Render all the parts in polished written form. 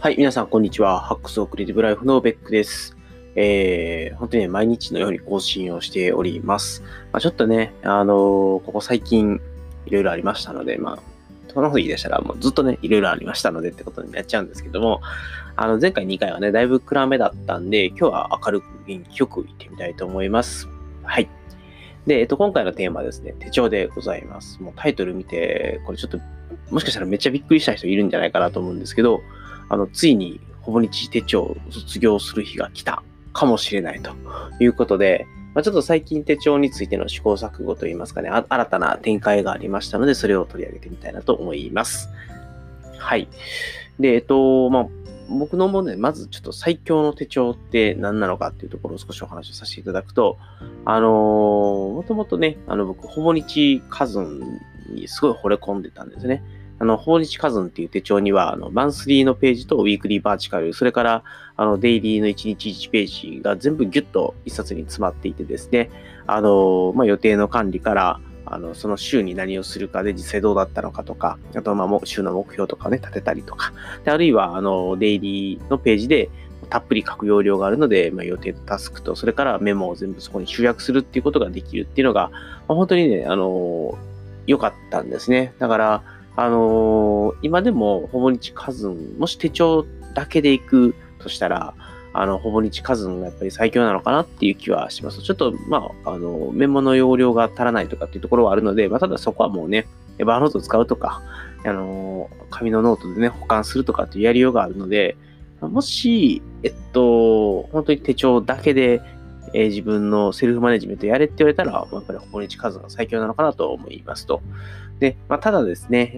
はい、皆さん、こんにちは。ハックスオクリエイティブライフのベックです。本当にね、毎日のように更新をしております。ちょっとね、ここ最近、いろいろありましたので、そのこと言い出したら、もうずっとね、いろいろありましたのでってことになっちゃうんですけども、前回2回はね、だいぶ暗めだったんで、今日は明るく元気よく行ってみたいと思います。はい。で、今回のテーマはですね、手帳でございます。もうタイトル見て、これちょっと、もしかしたらめっちゃびっくりした人いるんじゃないかなと思うんですけど、ついにほぼ日手帳を卒業する日が来たかもしれないということで、ちょっと最近手帳についての試行錯誤といいますかね、新たな展開がありましたので、それを取り上げてみたいなと思います。はい。で、僕の思うので、まずちょっと最強の手帳って何なのかっていうところを少しお話をさせていただくと、もともとね、僕、ほぼ日カズンにすごい惚れ込んでたんですね。ほぼ日カズンっていう手帳には、マンスリーのページとウィークリーバーチカル、それから、デイリーの1日1ページが全部ギュッと一冊に詰まっていてですね、予定の管理から、その週に何をするかで実際どうだったのかとか、あと、週の目標とかね、立てたりとか、であるいは、デイリーのページでたっぷり書く容量があるので、予定とタスクと、それからメモを全部そこに集約するっていうことができるっていうのが、本当にね、良かったんですね。だから、今でも、ほぼ日カズン、もし手帳だけで行くとしたら、ほぼ日カズンがやっぱり最強なのかなっていう気はします。ちょっと、メモの容量が足らないとかっていうところはあるので、ただそこはもうね、エバーノートを使うとか、紙のノートでね、保管するとかっていうやりようがあるので、もし、本当に手帳だけで、自分のセルフマネジメントやれって言われたら、やっぱりほぼ日カズンが最強なのかなと思いますと。で、ただですね、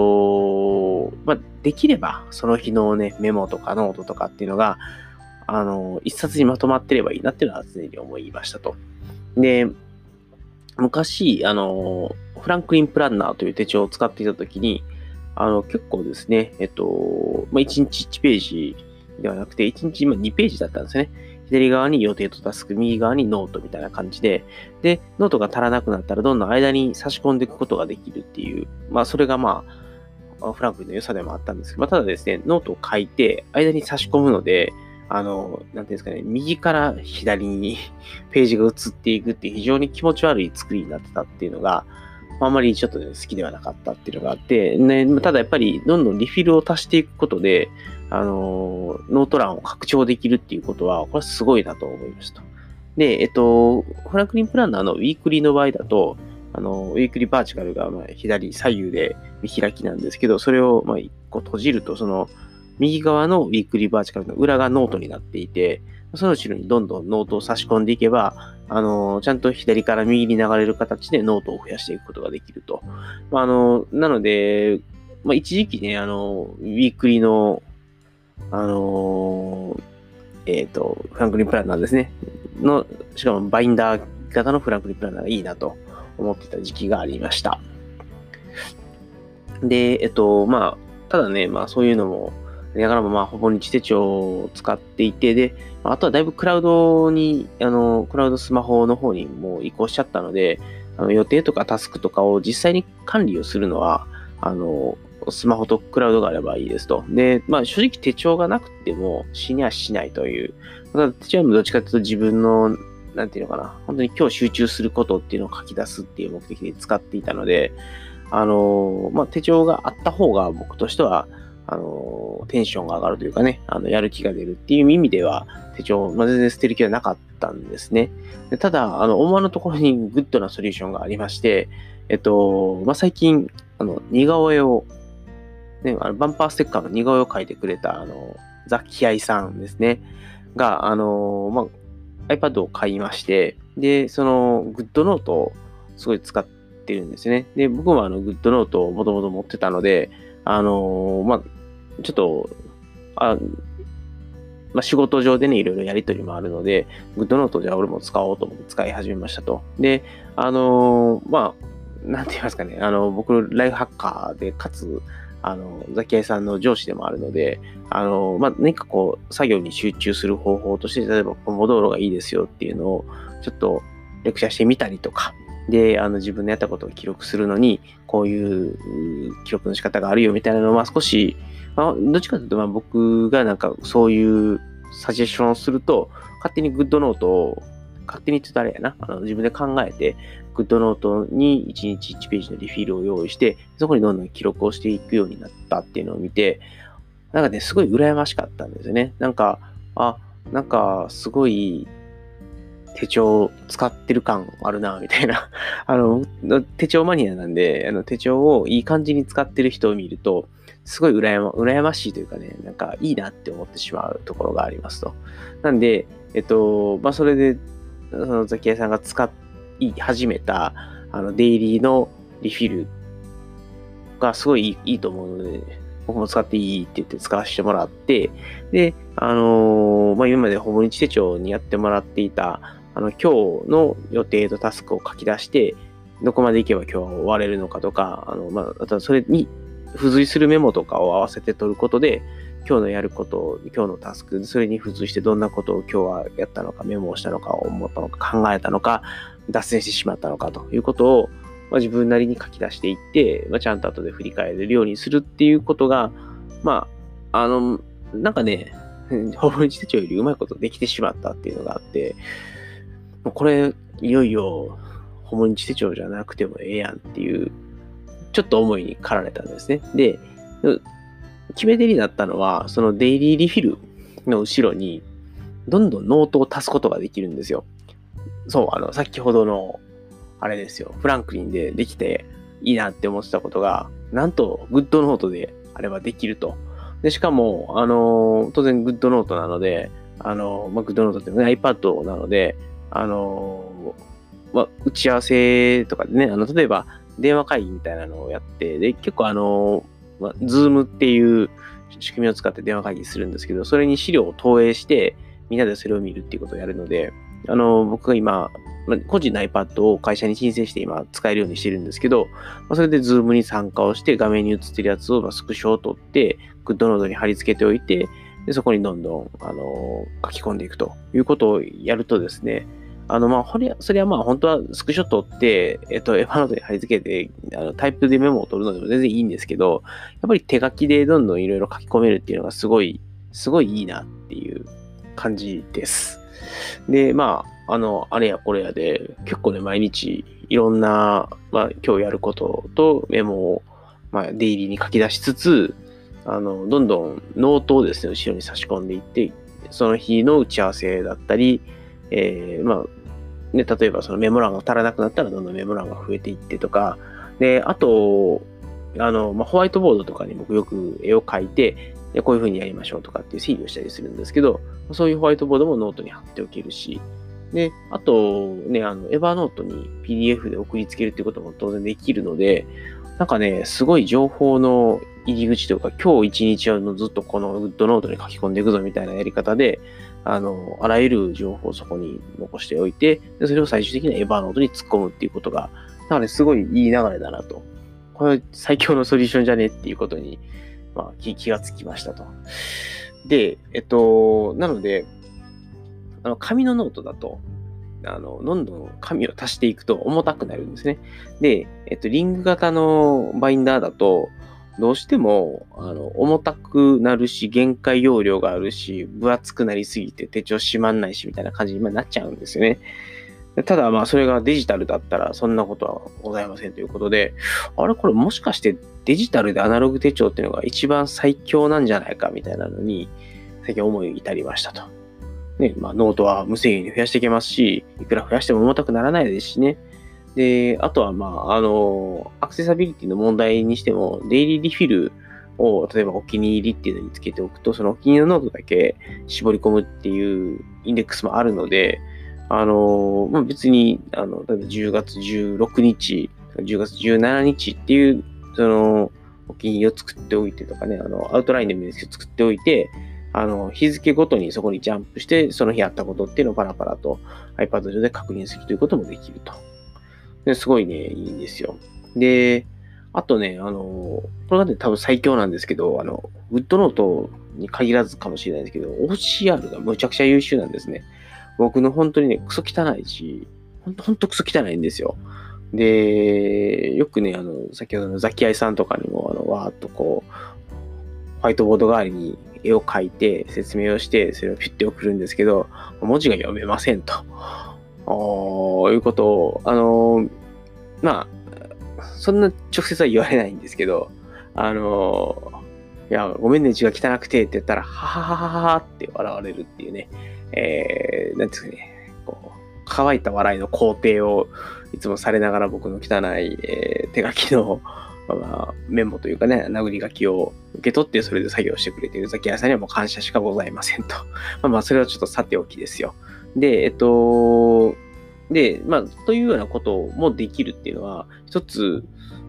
できれば、その日のね、メモとかノートとかっていうのが、一冊にまとまってればいいなっていうのは常に思いましたと。で、昔、フランクリンプランナーという手帳を使っていたときに、結構ですね、1日1ページではなくて、1日2ページだったんですね。左側に予定とタスク、右側にノートみたいな感じで、で、ノートが足らなくなったらどんどん間に差し込んでいくことができるっていう、それがフランクリンの良さでもあったんですけど、ただですね、ノートを書いて間に差し込むので、なんていうんですかね、右から左にページが移っていくっていう非常に気持ち悪い作りになってたっていうのが、あんまりちょっとね、好きではなかったっていうのがあって、ね、ただやっぱりどんどんリフィルを足していくことで、ノート欄を拡張できるっていうことは、これはすごいなと思いました。で、フランクリンプランナーのウィークリーの場合だと、ウィークリーバーチカルが左左右で見開きなんですけど、それを一個閉じると、その右側のウィークリーバーチカルの裏がノートになっていて、その後ろにどんどんノートを差し込んでいけば、ちゃんと左から右に流れる形でノートを増やしていくことができると。なので、一時期ね、ウィークリーの、フランクリンプランナーですね。しかもバインダー型のフランクリンプランナーがいいなと思っていた時期がありました。で、ただね、そういうのも、だからもほぼ日手帳を使っていて、で、あとはだいぶクラウドスマホの方にもう移行しちゃったので、予定とかタスクとかを実際に管理をするのは、スマホとクラウドがあればいいですと。で、正直手帳がなくても死にはしないという。手帳もどっちかというと自分の、なんていうのかな、本当に今日集中することっていうのを書き出すっていう目的で使っていたので、手帳があった方が僕としては、テンションが上がるというかね、やる気が出るっていう意味では、手帳、全然捨てる気はなかったんですね。でただ、思わぬところにグッドなソリューションがありまして、最近、似顔絵を、ね、バンパーステッカーの似顔絵を描いてくれた、ザ・キアイさんですね、が、iPad を買いまして、で、その、グッドノートをすごい使ってるんですね。で、僕もグッドノートをもともと持ってたので、ちょっと、仕事上でね、いろいろやりとりもあるので、グッドノートじゃあ俺も使おうと思って使い始めましたと。で、なんて言いますかね、僕、ライフハッカーで、かつ、ザキヤイさんの上司でもあるので、何かこう、作業に集中する方法として、例えば、ポモドーロがいいですよっていうのを、ちょっとレクチャーしてみたりとか、 で、自分のやったことを記録するのに、こういう記録の仕方があるよみたいなのは少し、どっちかというと、僕がなんかそういうサジェッションをすると、勝手にグッドノートを、勝手にって言うとあれやな、自分で考えて、グッドノートに1日1ページのリフィルを用意して、そこにどんどん記録をしていくようになったっていうのを見て、なんかね、すごい羨ましかったんですよね。なんかすごい手帳使ってる感あるな、みたいな。手帳マニアなんで、手帳をいい感じに使ってる人を見ると、すごい羨ましいというかね、なんかいいなって思ってしまうところがありますと。なんで、それで、そのザキヤさんが使い始めた、デイリーのリフィルがすごいいいと思うので、僕も使っていいって言って使わせてもらって、で、今までほぼ日手帳にやってもらっていた、今日の予定とタスクを書き出して、どこまでいけば今日は終われるのかとか、あとはそれに付随するメモとかを合わせて取ることで、今日のやること、今日のタスク、それに付随してどんなことを今日はやったのか、メモをしたのか、思ったのか、考えたのか、脱線してしまったのかということを、自分なりに書き出していって、ちゃんと後で振り返れるようにするっていうことが、なんかね、ほぼ日手帳よりうまいことできてしまったっていうのがあって、これ、いよいよ、ほぼ日手帳じゃなくてもええやんっていう、ちょっと思いに駆られたんですね。で、決め手になったのは、そのデイリーリフィルの後ろに、どんどんノートを足すことができるんですよ。そう、先ほどの、あれですよ、フランクリンでできていいなって思ってたことが、なんと、グッドノートであればできると。で、しかも、当然グッドノートなので、グッドノートって、ね、iPad なので、打ち合わせとかでね、例えば電話会議みたいなのをやって、で、結構Zoom っていう仕組みを使って電話会議するんですけど、それに資料を投影して、みんなでそれを見るっていうことをやるので、僕が今、個人の iPad を会社に申請して今使えるようにしてるんですけど、それで Zoom に参加をして画面に映ってるやつをスクショを取って、グッドノートに貼り付けておいて、でそこにどんどん、書き込んでいくということをやるとですね、それは本当はスクショ取って、エヴァノートに貼り付けて、タイプでメモを取るのでも全然いいんですけど、やっぱり手書きでどんどんいろいろ書き込めるっていうのがすごいいいなっていう感じです。で、あれやこれやで、結構ね、毎日いろんな、今日やることとメモを、デイリーに書き出しつつ、どんどんノートをですね、後ろに差し込んでいって、その日の打ち合わせだったり、例えばそのメモ欄が足らなくなったらどんどんメモ欄が増えていってとか、で、あと、ホワイトボードとかに僕よく絵を描いて、こういう風にやりましょうとかっていう整理をしたりするんですけど、そういうホワイトボードもノートに貼っておけるし、で、あとね、エヴァノートに PDF で送りつけるっていうことも当然できるので、なんかね、すごい情報の入り口というか、今日一日はずっとこのグッドノートに書き込んでいくぞみたいなやり方で、あらゆる情報をそこに残しておいて、でそれを最終的にはエヴァノートに突っ込むっていうことが、だからね、すごいいい流れだなと。これ最強のソリューションじゃねっていうことに、気がつきましたと。で、なので、紙のノートだと、どんどん紙を足していくと重たくなるんですね。で、リング型のバインダーだと、どうしても、重たくなるし、限界容量があるし、分厚くなりすぎて手帳閉まんないし、みたいな感じになっちゃうんですよね。ただ、それがデジタルだったら、そんなことはございませんということで、あれ、これもしかしてデジタルでアナログ手帳っていうのが一番最強なんじゃないか、みたいなのに、最近思い至りましたと。ね、ノートは無制限に増やしていけますし、いくら増やしても重たくならないですしね。で、あとはアクセサビリティの問題にしても、デイリーリフィルを、例えばお気に入りっていうのにつけておくと、そのお気に入りのノートだけ絞り込むっていうインデックスもあるので、別に、例えば10月16日、10月17日っていう、お気に入りを作っておいてとかね、アウトラインでもいいですけど、作っておいて、日付ごとにそこにジャンプして、その日あったことっていうのをパラパラと iPad 上で確認するということもできると。ですごいね、いいんですよ。で、あとね、これがね、多分最強なんですけど、ウッドノートに限らずかもしれないですけど、OCR がむちゃくちゃ優秀なんですね。僕の本当にね、クソ汚いし、ほんとクソ汚いんですよ。 で、よくね、先ほどのザキヤイさんとかにも、わーっとこう、ホワイトボード代わりに絵を描いて説明をして、それをピュッて送るんですけど、文字が読めませんと。いうことを、まあ、そんな直接は言われないんですけど、いや、ごめんね、字が汚くてって言ったら、はははははって笑われるっていうね、なんですかね、こう、乾いた笑いの肯定をいつもされながら僕の汚い、手書きの、メモというかね、殴り書きを受け取ってそれで作業してくれているザキヤさんにはもう感謝しかございませんと。それはちょっとさておきですよ。で、というようなこともできるっていうのは、一つ、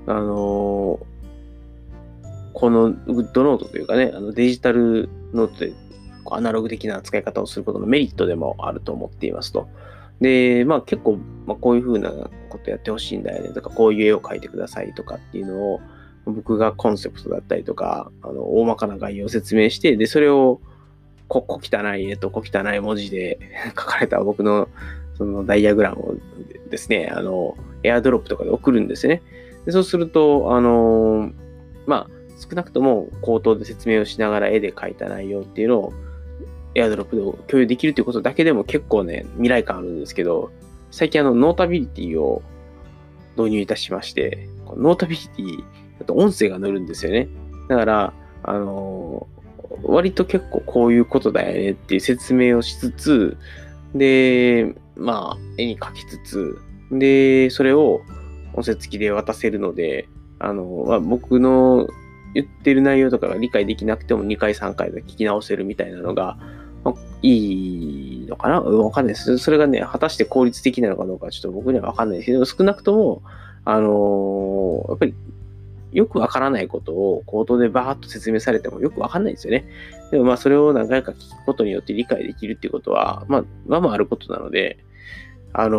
このグッドノートというかね、デジタルノートでアナログ的な使い方をすることのメリットでもあると思っていますと。で、結構、こういう風なことやってほしいんだよねとか、こういう絵を描いてくださいとかっていうのを、僕がコンセプトだったりとか、大まかな概要を説明して、で、それを、小汚い絵と小汚い文字で書かれた僕のそのダイアグラムをですね、エアドロップとかで送るんですね。でそうすると、少なくとも口頭で説明をしながら絵で描いた内容っていうのをエアドロップで共有できるということだけでも結構ね、未来感あるんですけど、最近ノータビリティを導入いたしまして、ノータビリティだと音声が乗るんですよね。だから、割と結構こういうことだよねっていう説明をしつつ、で、絵に描きつつ、で、それを音声付きで渡せるので、僕の言ってる内容とかが理解できなくても2回3回で聞き直せるみたいなのが、いいのかなわかんないです。それがね、果たして効率的なのかどうかちょっと僕にはわかんないですけど、少なくとも、やっぱりよくわからないことを口頭でバーッと説明されてもよくわかんないですよね。でもそれを何回か聞くことによって理解できるっていうことは、あることなので、なん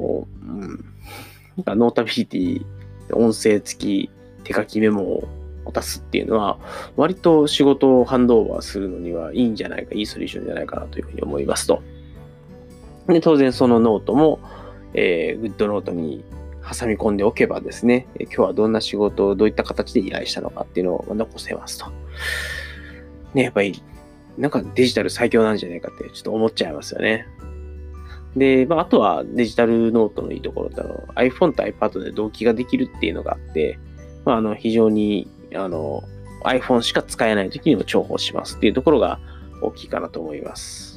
かノータビリティ、音声付き手書きメモを渡すっていうのは、割と仕事をハンドオーバーするのにはいいんじゃないか、いいソリューションじゃないかなというふうに思いますと。で、当然そのノートも、グッドノートに挟み込んでおけばですね、今日はどんな仕事をどういった形で依頼したのかっていうのを残せますと。ね、やっぱり、なんかデジタル最強なんじゃないかってちょっと思っちゃいますよね。で、あとはデジタルノートのいいところって、iPhone と iPad で同期ができるっていうのがあって、非常に、iPhone しか使えない時にも重宝しますっていうところが大きいかなと思います。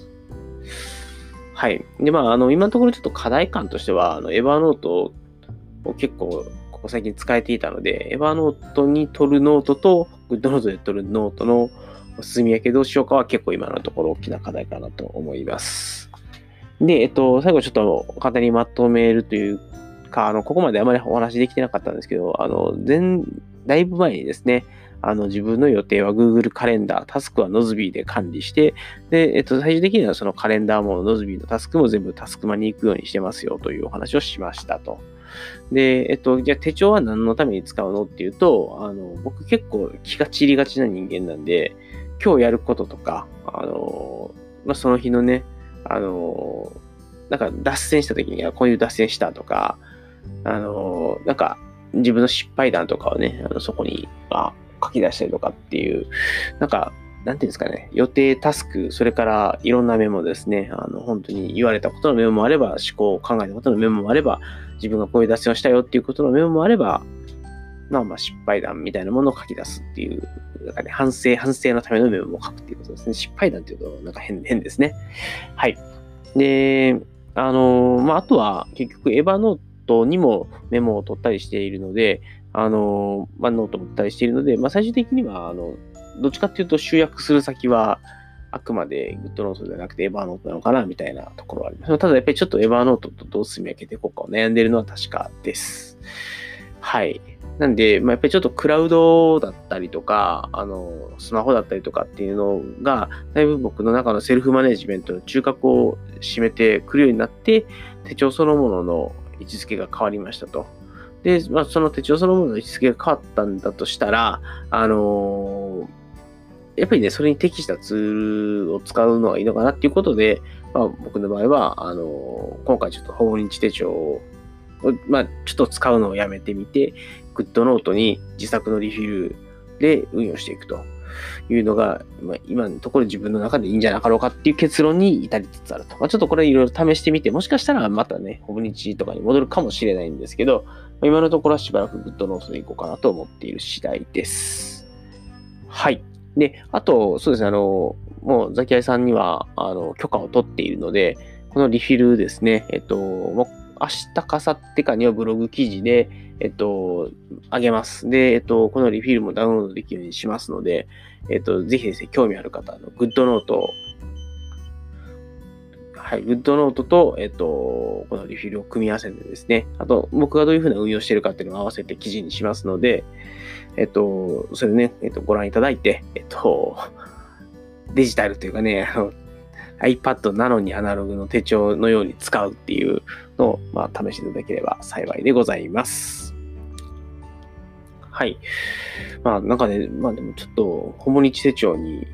はい。で、今のところちょっと課題感としては、エヴァーノートを結構、ここ最近使えていたので、エヴァーノートに取るノートと、グッドノートで取るノートの進み分けどうしようかは結構今のところ大きな課題かなと思います。で、最後ちょっと簡単にまとめるというか、ここまであまりお話できてなかったんですけど、だいぶ前にですね、自分の予定は Google カレンダー、タスクは Nozbe で管理して、で、最終的にはそのカレンダーも Nozbe のタスクも全部タスクマに行くようにしてますよというお話をしましたと。で、じゃあ手帳は何のために使うのっていうと、僕結構気が散りがちな人間なんで、今日やることとか、その日のね、なんか脱線した時にはこういう脱線したとか、なんか自分の失敗談とかをね、そこに書き出したりとかっていう、なんか、なんていうんですかね、予定、タスク、それからいろんなメモですね、本当に言われたことのメモもあれば、思考を考えたことのメモもあれば、自分がこういう脱線をしたよっていうことのメモもあれば、失敗談みたいなものを書き出すっていう、なんかね、反省のためのメモを書くっていうことですね。失敗談っていうと、なんか変ですね。はい。で、あとは結局エヴァノートにもメモを取ったりしているので、ノートも取ったりしているので、最終的には、どっちかっていうと集約する先は、あくまでグッドノートじゃなくてエヴァノートなのかなみたいなところはあります。ただやっぱりちょっとエヴァノートとどう進み分けていこうかを悩んでいるのは確かです。はい。なんで、やっぱりちょっとクラウドだったりとか、スマホだったりとかっていうのが、だいぶ僕の中のセルフマネジメントの中核を占めてくるようになって、手帳そのものの位置づけが変わりましたと。で、その手帳そのものの位置づけが変わったんだとしたら、やっぱりね、それに適したツールを使うのがいいのかなっていうことで、僕の場合は、今回ちょっとほぼ日手帳をちょっと使うのをやめてみて、GoodNote に自作のリフィルで運用していくというのが、今のところ自分の中でいいんじゃなかろうかっていう結論に至りつつあると。ちょっとこれいろいろ試してみて、もしかしたらまたね、ほぼ日とかに戻るかもしれないんですけど、今のところはしばらくGoodNoteでいこうかなと思っている次第です。はい。で、あと、そうですね、もうザキヤイさんには許可を取っているので、このリフィルですね、明日か明後日かにはブログ記事で、あげます。で、このリフィルもダウンロードできるようにしますので、ぜひですね、興味ある方、GoodNote、はい、GoodNote と、このリフィルを組み合わせてですね、あと、僕がどういうふうな運用しているかっていうのを合わせて記事にしますので、それね、ご覧いただいて、デジタルというかね、iPad なのにアナログの手帳のように使うっていうのを、試していただければ幸いでございます。はい。なんかね、でもちょっと、ほぼ日手帳に、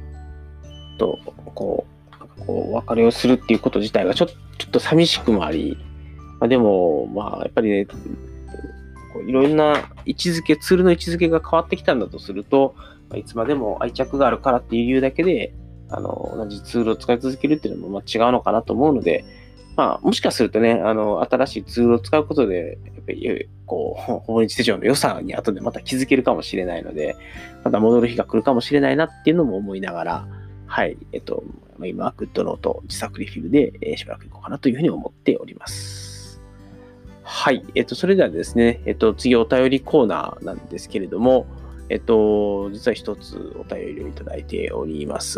お別れをするっていうこと自体がちょっと寂しくもあり、でも、やっぱりね、いろんなツールの位置づけが変わってきたんだとすると、いつまでも愛着があるからっていう理由だけで、同じツールを使い続けるっていうのも違うのかなと思うので、もしかするとね、新しいツールを使うことで、やっぱり、ほぼ日手帳の良さに後でまた気づけるかもしれないので、また戻る日が来るかもしれないなっていうのも思いながら、はい、今、GoodNote自作リフィルで、しばらくいこうかなというふうに思っております。はい、それではですね、次お便りコーナーなんですけれども、実は一つお便りをいただいております。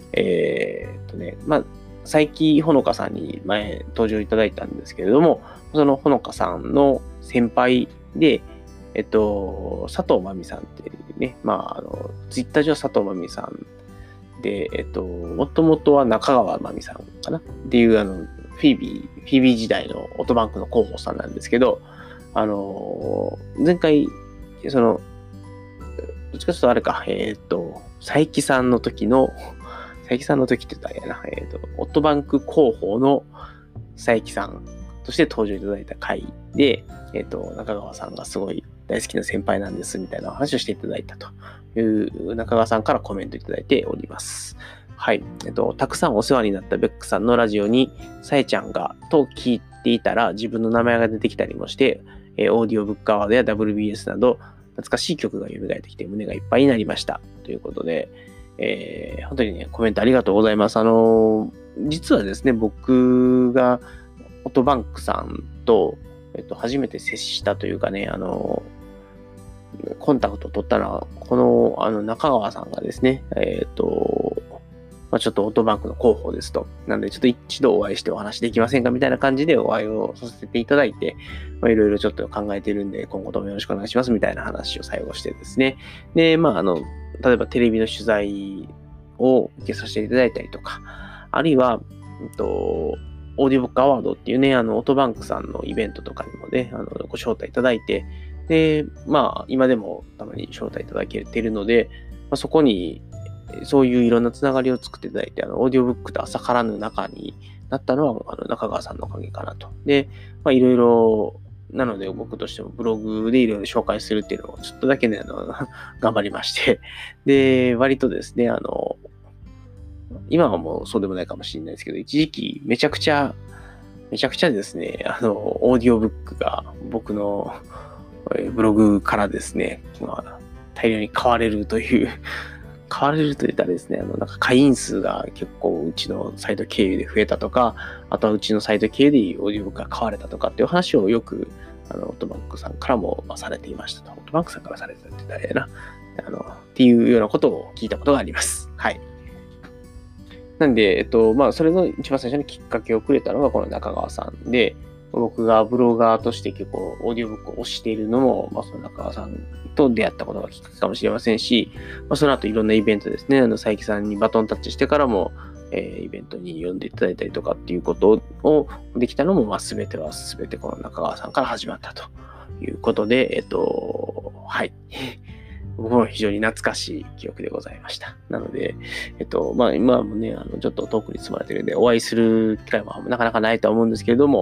佐伯ほのかさんに前登場いただいたんですけれども、そのほのかさんの先輩で、佐藤真美さんってね、ツイッター上は佐藤真美さんで、もともとは中川真美さんかなっていうフィービー時代のオートバンクの広報さんなんですけど、前回、どっちかというとあれか、佐伯さんの時って言ったらあれやな、オートバンク広報の佐伯さんとして登場いただいた回で、中川さんがすごい大好きな先輩なんですみたいな話をしていただいたという中川さんからコメントいただいております。はい。たくさんお世話になったベックさんのラジオに、さえちゃんがと聞いていたら自分の名前が出てきたりもして、オーディオブックアワードや WBS など懐かしい曲が蘇ってきて胸がいっぱいになりました。ということで、本当にね、コメントありがとうございます。実はですね、僕がオートバンクさんと、初めて接したというかね、コンタクトを取ったのは、この、中川さんがですね、ちょっとオートバンクの広報ですと。なので、ちょっと一度お会いしてお話できませんかみたいな感じでお会いをさせていただいて、いろいろちょっと考えてるんで、今後ともよろしくお願いしますみたいな話を最後してですね。で、例えばテレビの取材を受けさせていただいたりとか、あるいは、オーディオブックアワードっていうね、オートバンクさんのイベントとかにもね、ご招待いただいて、で、今でもたまに招待いただけているので、そこに、そういういろんなつながりを作っていただいて、オーディオブックと朝からぬ中になったのは、中川さんのおかげかなと。で、いろいろ、なので僕としてもブログでいろいろ紹介するっていうのをちょっとだけね、頑張りまして。で、割とですね、今はもうそうでもないかもしれないですけど、一時期めちゃくちゃですね、オーディオブックが僕のブログからですね、大量に買われると言ったらですね、会員数が結構うちのサイト経由で増えたとか、あとはうちのサイト経由でオーディオブックが買われたとかっていう話をよく、オートバンクさんからもされていましたと。オートバンクさんからされてたって言ったらええな。っていうようなことを聞いたことがあります。はい。なんで、それの一番最初にきっかけをくれたのがこの中川さんで、僕がブロガーとして結構オーディオブックを推しているのも、その中川さんと出会ったことがきっかけかもしれませんし、その後いろんなイベントですね、佐伯さんにバトンタッチしてからも、イベントに呼んでいただいたりとかっていうことをできたのも、全てこの中川さんから始まったということで、はい。僕も非常に懐かしい記憶でございました。なので、今もね、ちょっと遠くに住まれてるんで、お会いする機会もなかなかないとは思うんですけれども、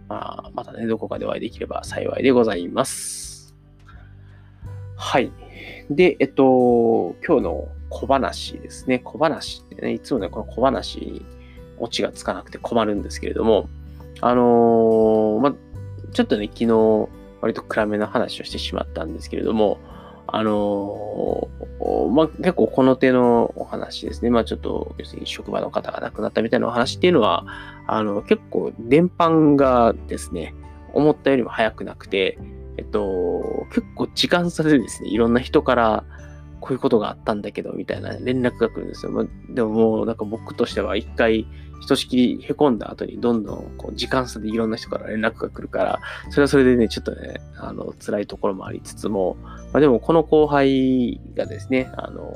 またね、どこかでお会いできれば幸いでございます。はい。で、今日の小話ですね。小話ってね、いつもね、この小話にオチがつかなくて困るんですけれども、ちょっとね、昨日、割と暗めな話をしてしまったんですけれども、結構この手のお話ですね。ちょっと、要するに職場の方が亡くなったみたいなお話っていうのは、結構伝播がですね、思ったよりも早くなくて、結構時間差でですね、いろんな人からこういうことがあったんだけど、みたいな連絡が来るんですよ。でももうなんか僕としては一回、ひとしきり凹んだ後にどんどんこう時間差でいろんな人から連絡が来るから、それはそれでね、ちょっとね、辛いところもありつつも、でもこの後輩がですね、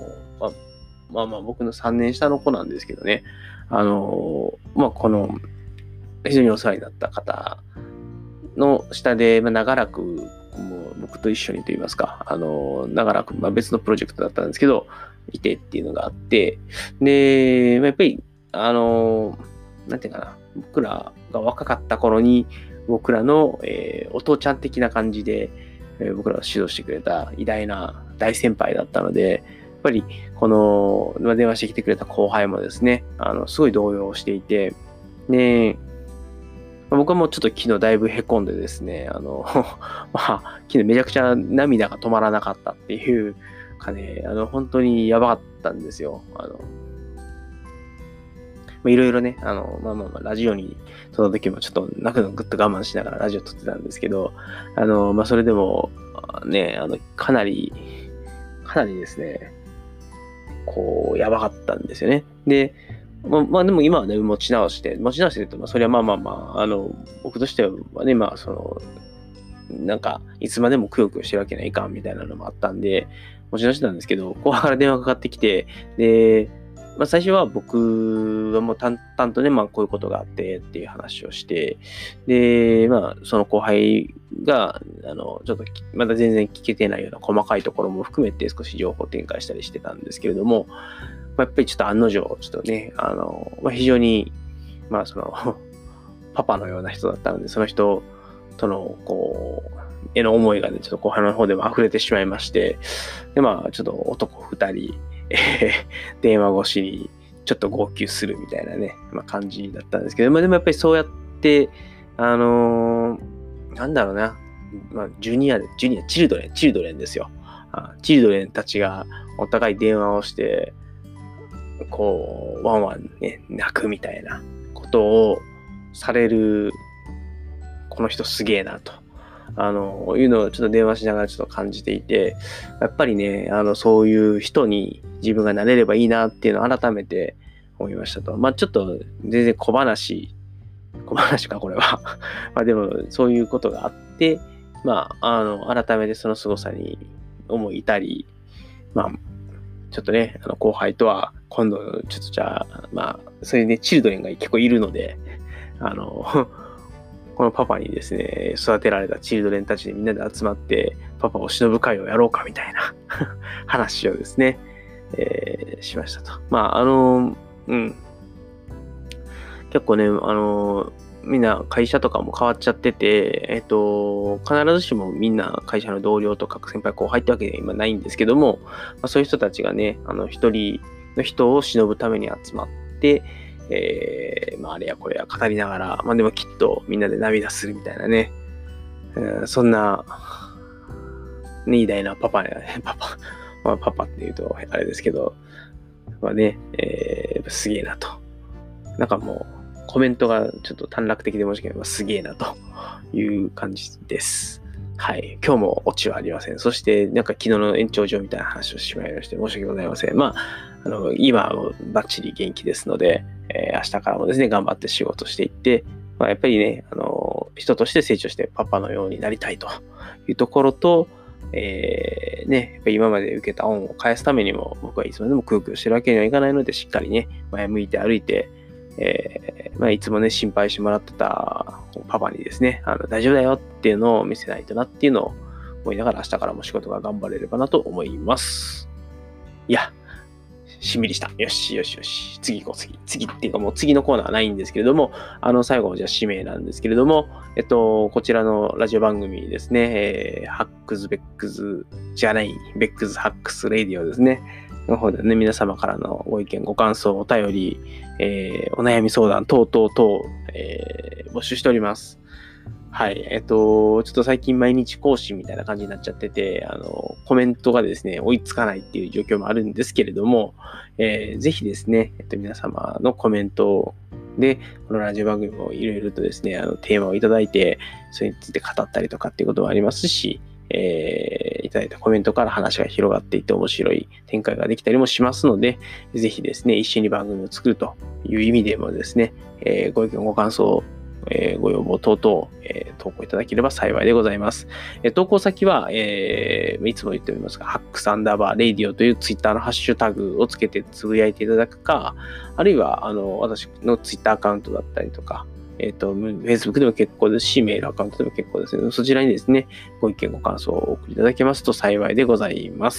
僕の3年下の子なんですけどね、この、非常にお世話になった方の下で、長らく、もう僕と一緒にといいますか、長らく、別のプロジェクトだったんですけど、いてっていうのがあって、で、やっぱり、なんていうかな、僕らが若かった頃に、僕らの、お父ちゃん的な感じで、僕らを指導してくれた偉大な大先輩だったので、やっぱり、この、電話してきてくれた後輩もですね、すごい動揺していて、で、僕はもうちょっと昨日だいぶ凹んでですね、昨日めちゃくちゃ涙が止まらなかったっていうかね、本当にやばかったんですよ。いろいろね、ラジオに撮った時もちょっと泣くのぐっと我慢しながらラジオ撮ってたんですけど、それでも、ね、かなりですね、こう、やばかったんですよね。で、でも今はね、持ち直してると、それは僕としてはね、なんか、いつまでもくよくよしてるわけにはいかんみたいなのもあったんで、持ち直してたんですけど、後輩から電話かかってきて、で、最初は僕はもう淡々とね、こういうことがあってっていう話をして、で、その後輩が、ちょっとまだ全然聞けてないような細かいところも含めて少し情報展開したりしてたんですけれども、やっぱりちょっと案の定、ちょっとね、非常に、パパのような人だったので、その人との、への思いがね、ちょっと後輩の方でも溢れてしまいまして、で、ちょっと男2人、電話越しにちょっと号泣するみたいなね、感じだったんですけど、でもやっぱりそうやって、なんだろうな、チルドレンですよ。チルドレンたちがお互い電話をして、ワンワンね、泣くみたいなことをされる、この人すげえなと。いうのをちょっと電話しながらちょっと感じていて、やっぱりね、そういう人に自分がなれればいいなっていうのを改めて思いましたと。ちょっと全然小話か、これは。でも、そういうことがあって、改めてその凄さに思い至り、ちょっとね、後輩とは、今度、ちょっとじゃあ、そういうね、チルドレンが結構いるので、このパパにですね、育てられたチルドレンたちでみんなで集まって、パパを忍ぶ会をやろうかみたいな話をですね、しましたと。結構ね、みんな会社とかも変わっちゃってて、必ずしもみんな会社の同僚とか先輩後輩ってわけでは今ないんですけども、そういう人たちがね、一人の人を忍ぶために集まって、あれやこれや語りながら、でもきっとみんなで涙するみたいなね、そんな、ね、偉大なパパって言うとあれですけど、すげえなと。なんかもう、コメントがちょっと短絡的で申し訳ない。すげえなという感じです。はい。今日もオチはありません。そして、なんか昨日の延長上みたいな話をしてしまいまして、申し訳ございません。今はバッチリ元気ですので、明日からもですね、頑張って仕事していって、やっぱりね、人として成長してパパのようになりたいというところと、やっぱり今まで受けた恩を返すためにも、僕はいつまでもくよくよしてるわけにはいかないので、しっかりね、前向いて歩いて、いつもね、心配してもらってたパパにですね、大丈夫だよっていうのを見せないとなっていうのを思いながら明日からも仕事が頑張れればなと思います。いや、 しんみりした。よしよしよし。次行こう、次っていうかもう次のコーナーはないんですけれども、最後じゃあ指名なんですけれども、こちらのラジオ番組ですね、ハックスベックスじゃない、ベックスハックスレディオですね。の方でね、皆様からのご意見、ご感想、お便り、お悩み相談等々等、募集しております。はい。ちょっと最近毎日更新みたいな感じになっちゃってて、コメントがですね、追いつかないっていう状況もあるんですけれども、ぜひですね、皆様のコメントで、このラジオ番組もいろいろとですね、テーマをいただいて、それについて語ったりとかっていうこともありますし、いただいたコメントから話が広がっていって面白い展開ができたりもしますので、ぜひですね、一緒に番組を作るという意味でもですね、ご意見ご感想、ご要望等々、投稿いただければ幸いでございます。投稿先は、いつも言っておりますが、ハックスアンダーバーレイディオというツイッターのハッシュタグをつけてつぶやいていただくか、あるいは私のツイッターアカウントだったりとか、Facebook でも結構ですし、メールアカウントでも結構ですので、そちらにですね、ご意見ご感想をお送りいただけますと幸いでございます。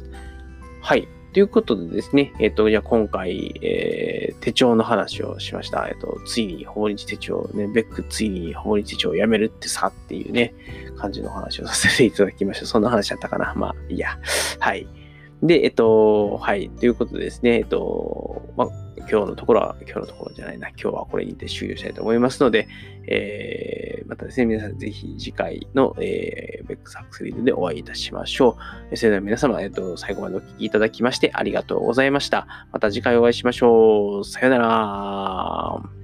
はい。ということでですね、じゃあ今回、手帳の話をしました。ついにほぼ日手帳ね、ベックついにほぼ日手帳をやめるってさっていうね、感じの話をさせていただきました。そんな話だったかな。まあ、いいや。はい。で、はい。ということでですね、今日のところじゃないな。今日はこれにて終了したいと思いますので、またですね、皆さんぜひ次回の、ベックスハックスリードでお会いいたしましょう。それでは皆様、最後までお聞きいただきましてありがとうございました。また次回お会いしましょう。さよなら。